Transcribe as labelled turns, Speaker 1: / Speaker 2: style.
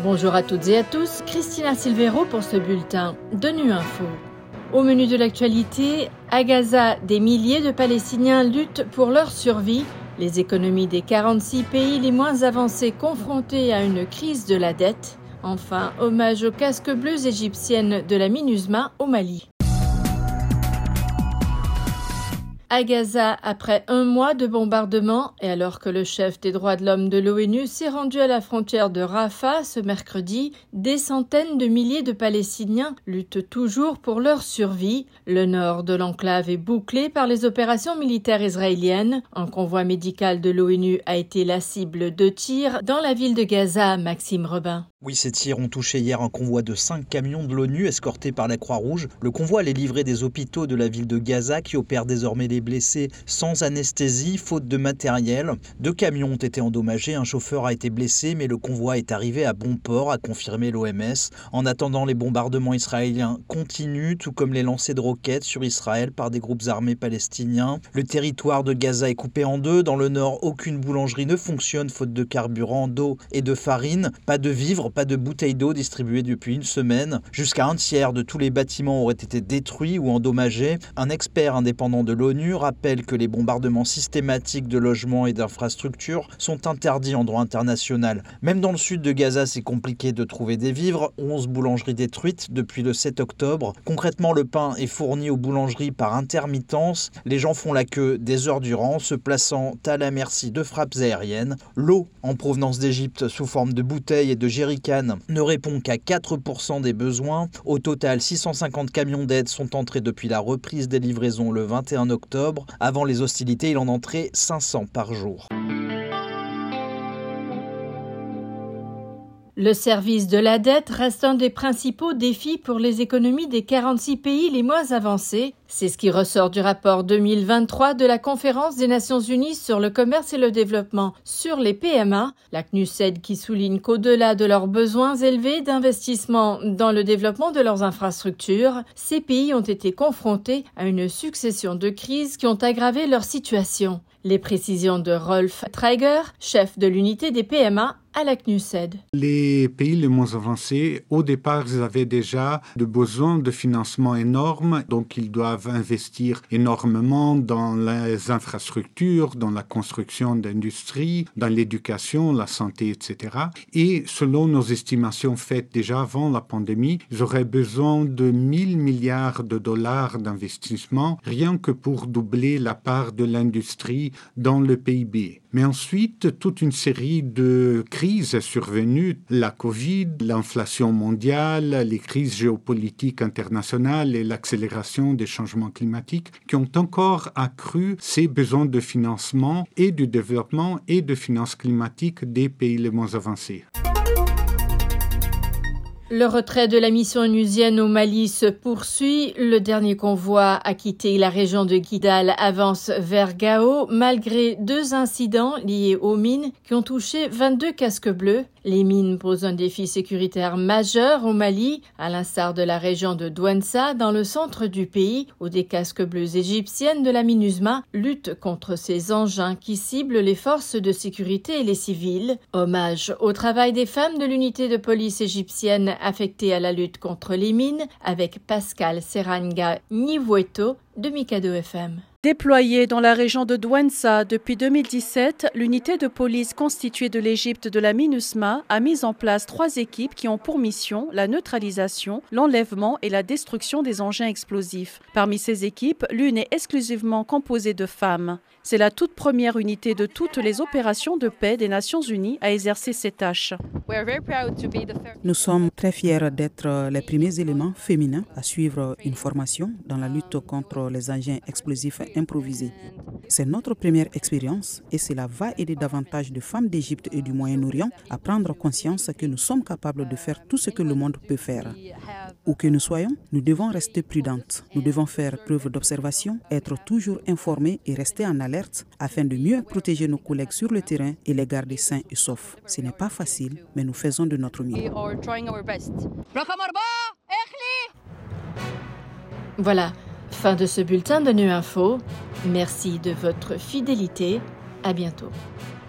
Speaker 1: Bonjour à toutes et à tous, Christina Silvero pour ce bulletin de Nu Info. Au menu de l'actualité, à Gaza, des milliers de Palestiniens luttent pour leur survie. Les économies des 46 pays les moins avancés confrontés à une crise de la dette. Enfin, hommage aux casques bleus égyptiennes de la MINUSMA au Mali. À Gaza, après un mois de bombardement, et alors que le chef des droits de l'homme de l'ONU s'est rendu à la frontière de Rafah ce mercredi, des centaines de milliers de Palestiniens luttent toujours pour leur survie. Le nord de l'enclave est bouclé par les opérations militaires israéliennes. Un convoi médical de l'ONU a été la cible de tirs dans la ville de Gaza, Maxime Robin.
Speaker 2: Oui, ces tirs ont touché hier un convoi de 5 camions de l'ONU escortés par la Croix-Rouge. Le convoi allait livrer des hôpitaux de la ville de Gaza qui opèrent désormais les blessés sans anesthésie, faute de matériel. 2 camions ont été endommagés, un chauffeur a été blessé, mais le convoi est arrivé à bon port, a confirmé l'OMS. En attendant, les bombardements israéliens continuent, tout comme les lancers de roquettes sur Israël par des groupes armés palestiniens. Le territoire de Gaza est coupé en deux. Dans le nord, aucune boulangerie ne fonctionne, faute de carburant, d'eau et de farine. Pas de vivres, pas de bouteilles d'eau distribuées depuis une semaine. Jusqu'à un tiers de tous les bâtiments auraient été détruits ou endommagés. Un expert indépendant de l'ONU rappelle que les bombardements systématiques de logements et d'infrastructures sont interdits en droit international. Même dans le sud de Gaza, c'est compliqué de trouver des vivres. 11 boulangeries détruites depuis le 7 octobre. Concrètement, le pain est fourni aux boulangeries par intermittence. Les gens font la queue des heures durant, se plaçant à la merci de frappes aériennes. L'eau en provenance d'Égypte sous forme de bouteilles et de jerrycans ne répond qu'à 4% des besoins. Au total, 650 camions d'aide sont entrés depuis la reprise des livraisons le 21 octobre. Avant les hostilités, il en entrait 500 par jour.
Speaker 1: Le service de la dette reste un des principaux défis pour les économies des 46 pays les moins avancés. C'est ce qui ressort du rapport 2023 de la Conférence des Nations Unies sur le commerce et le développement sur les PMA, la CNUSED qui souligne qu'au-delà de leurs besoins élevés d'investissement dans le développement de leurs infrastructures, ces pays ont été confrontés à une succession de crises qui ont aggravé leur situation. Les précisions de Rolf Traeger, chef de l'unité des PMA à la CNUSED.
Speaker 3: Les pays les moins avancés, au départ, ils avaient déjà des besoins de financement énormes, donc ils doivent investir énormément dans les infrastructures, dans la construction d'industries, dans l'éducation, la santé, etc. Et selon nos estimations faites déjà avant la pandémie, ils auraient besoin de 1000 milliards de dollars d'investissement, rien que pour doubler la part de l'industrie dans le PIB. Mais ensuite, toute une série de crises survenues, la Covid, l'inflation mondiale, les crises géopolitiques internationales et l'accélération des changements climatiques qui ont encore accru ces besoins de financement et du développement et de finances climatiques des pays les moins avancés.
Speaker 1: Le retrait de la mission onusienne au Mali se poursuit. Le dernier convoi a quitté la région de Kidal avance vers Gao malgré 2 incidents liés aux mines qui ont touché 22 casques bleus. Les mines posent un défi sécuritaire majeur au Mali, à l'instar de la région de Douentza dans le centre du pays où des casques bleus égyptiennes de la MINUSMA luttent contre ces engins qui ciblent les forces de sécurité et les civils. Hommage au travail des femmes de l'unité de police égyptienne affectée à la lutte contre les mines avec Pascal Seranga Nivueto de Mikado FM.
Speaker 4: Déployée dans la région de Douentza depuis 2017, l'unité de police constituée de l'Égypte de la MINUSMA a mis en place 3 équipes qui ont pour mission la neutralisation, l'enlèvement et la destruction des engins explosifs. Parmi ces équipes, l'une est exclusivement composée de femmes. C'est la toute première unité de toutes les opérations de paix des Nations Unies à exercer ces tâches.
Speaker 5: Nous sommes très fiers d'être les premiers éléments féminins à suivre une formation dans la lutte contre les engins explosifs improvisés. C'est notre première expérience et cela va aider davantage de femmes d'Égypte et du Moyen-Orient à prendre conscience que nous sommes capables de faire tout ce que le monde peut faire. Où que nous soyons, nous devons rester prudentes. Nous devons faire preuve d'observation, être toujours informés et rester en alerte afin de mieux protéger nos collègues sur le terrain et les garder sains et saufs. Ce n'est pas facile, mais nous faisons de notre mieux.
Speaker 1: Voilà, fin de ce bulletin de Nu Info. Merci de votre fidélité. À bientôt.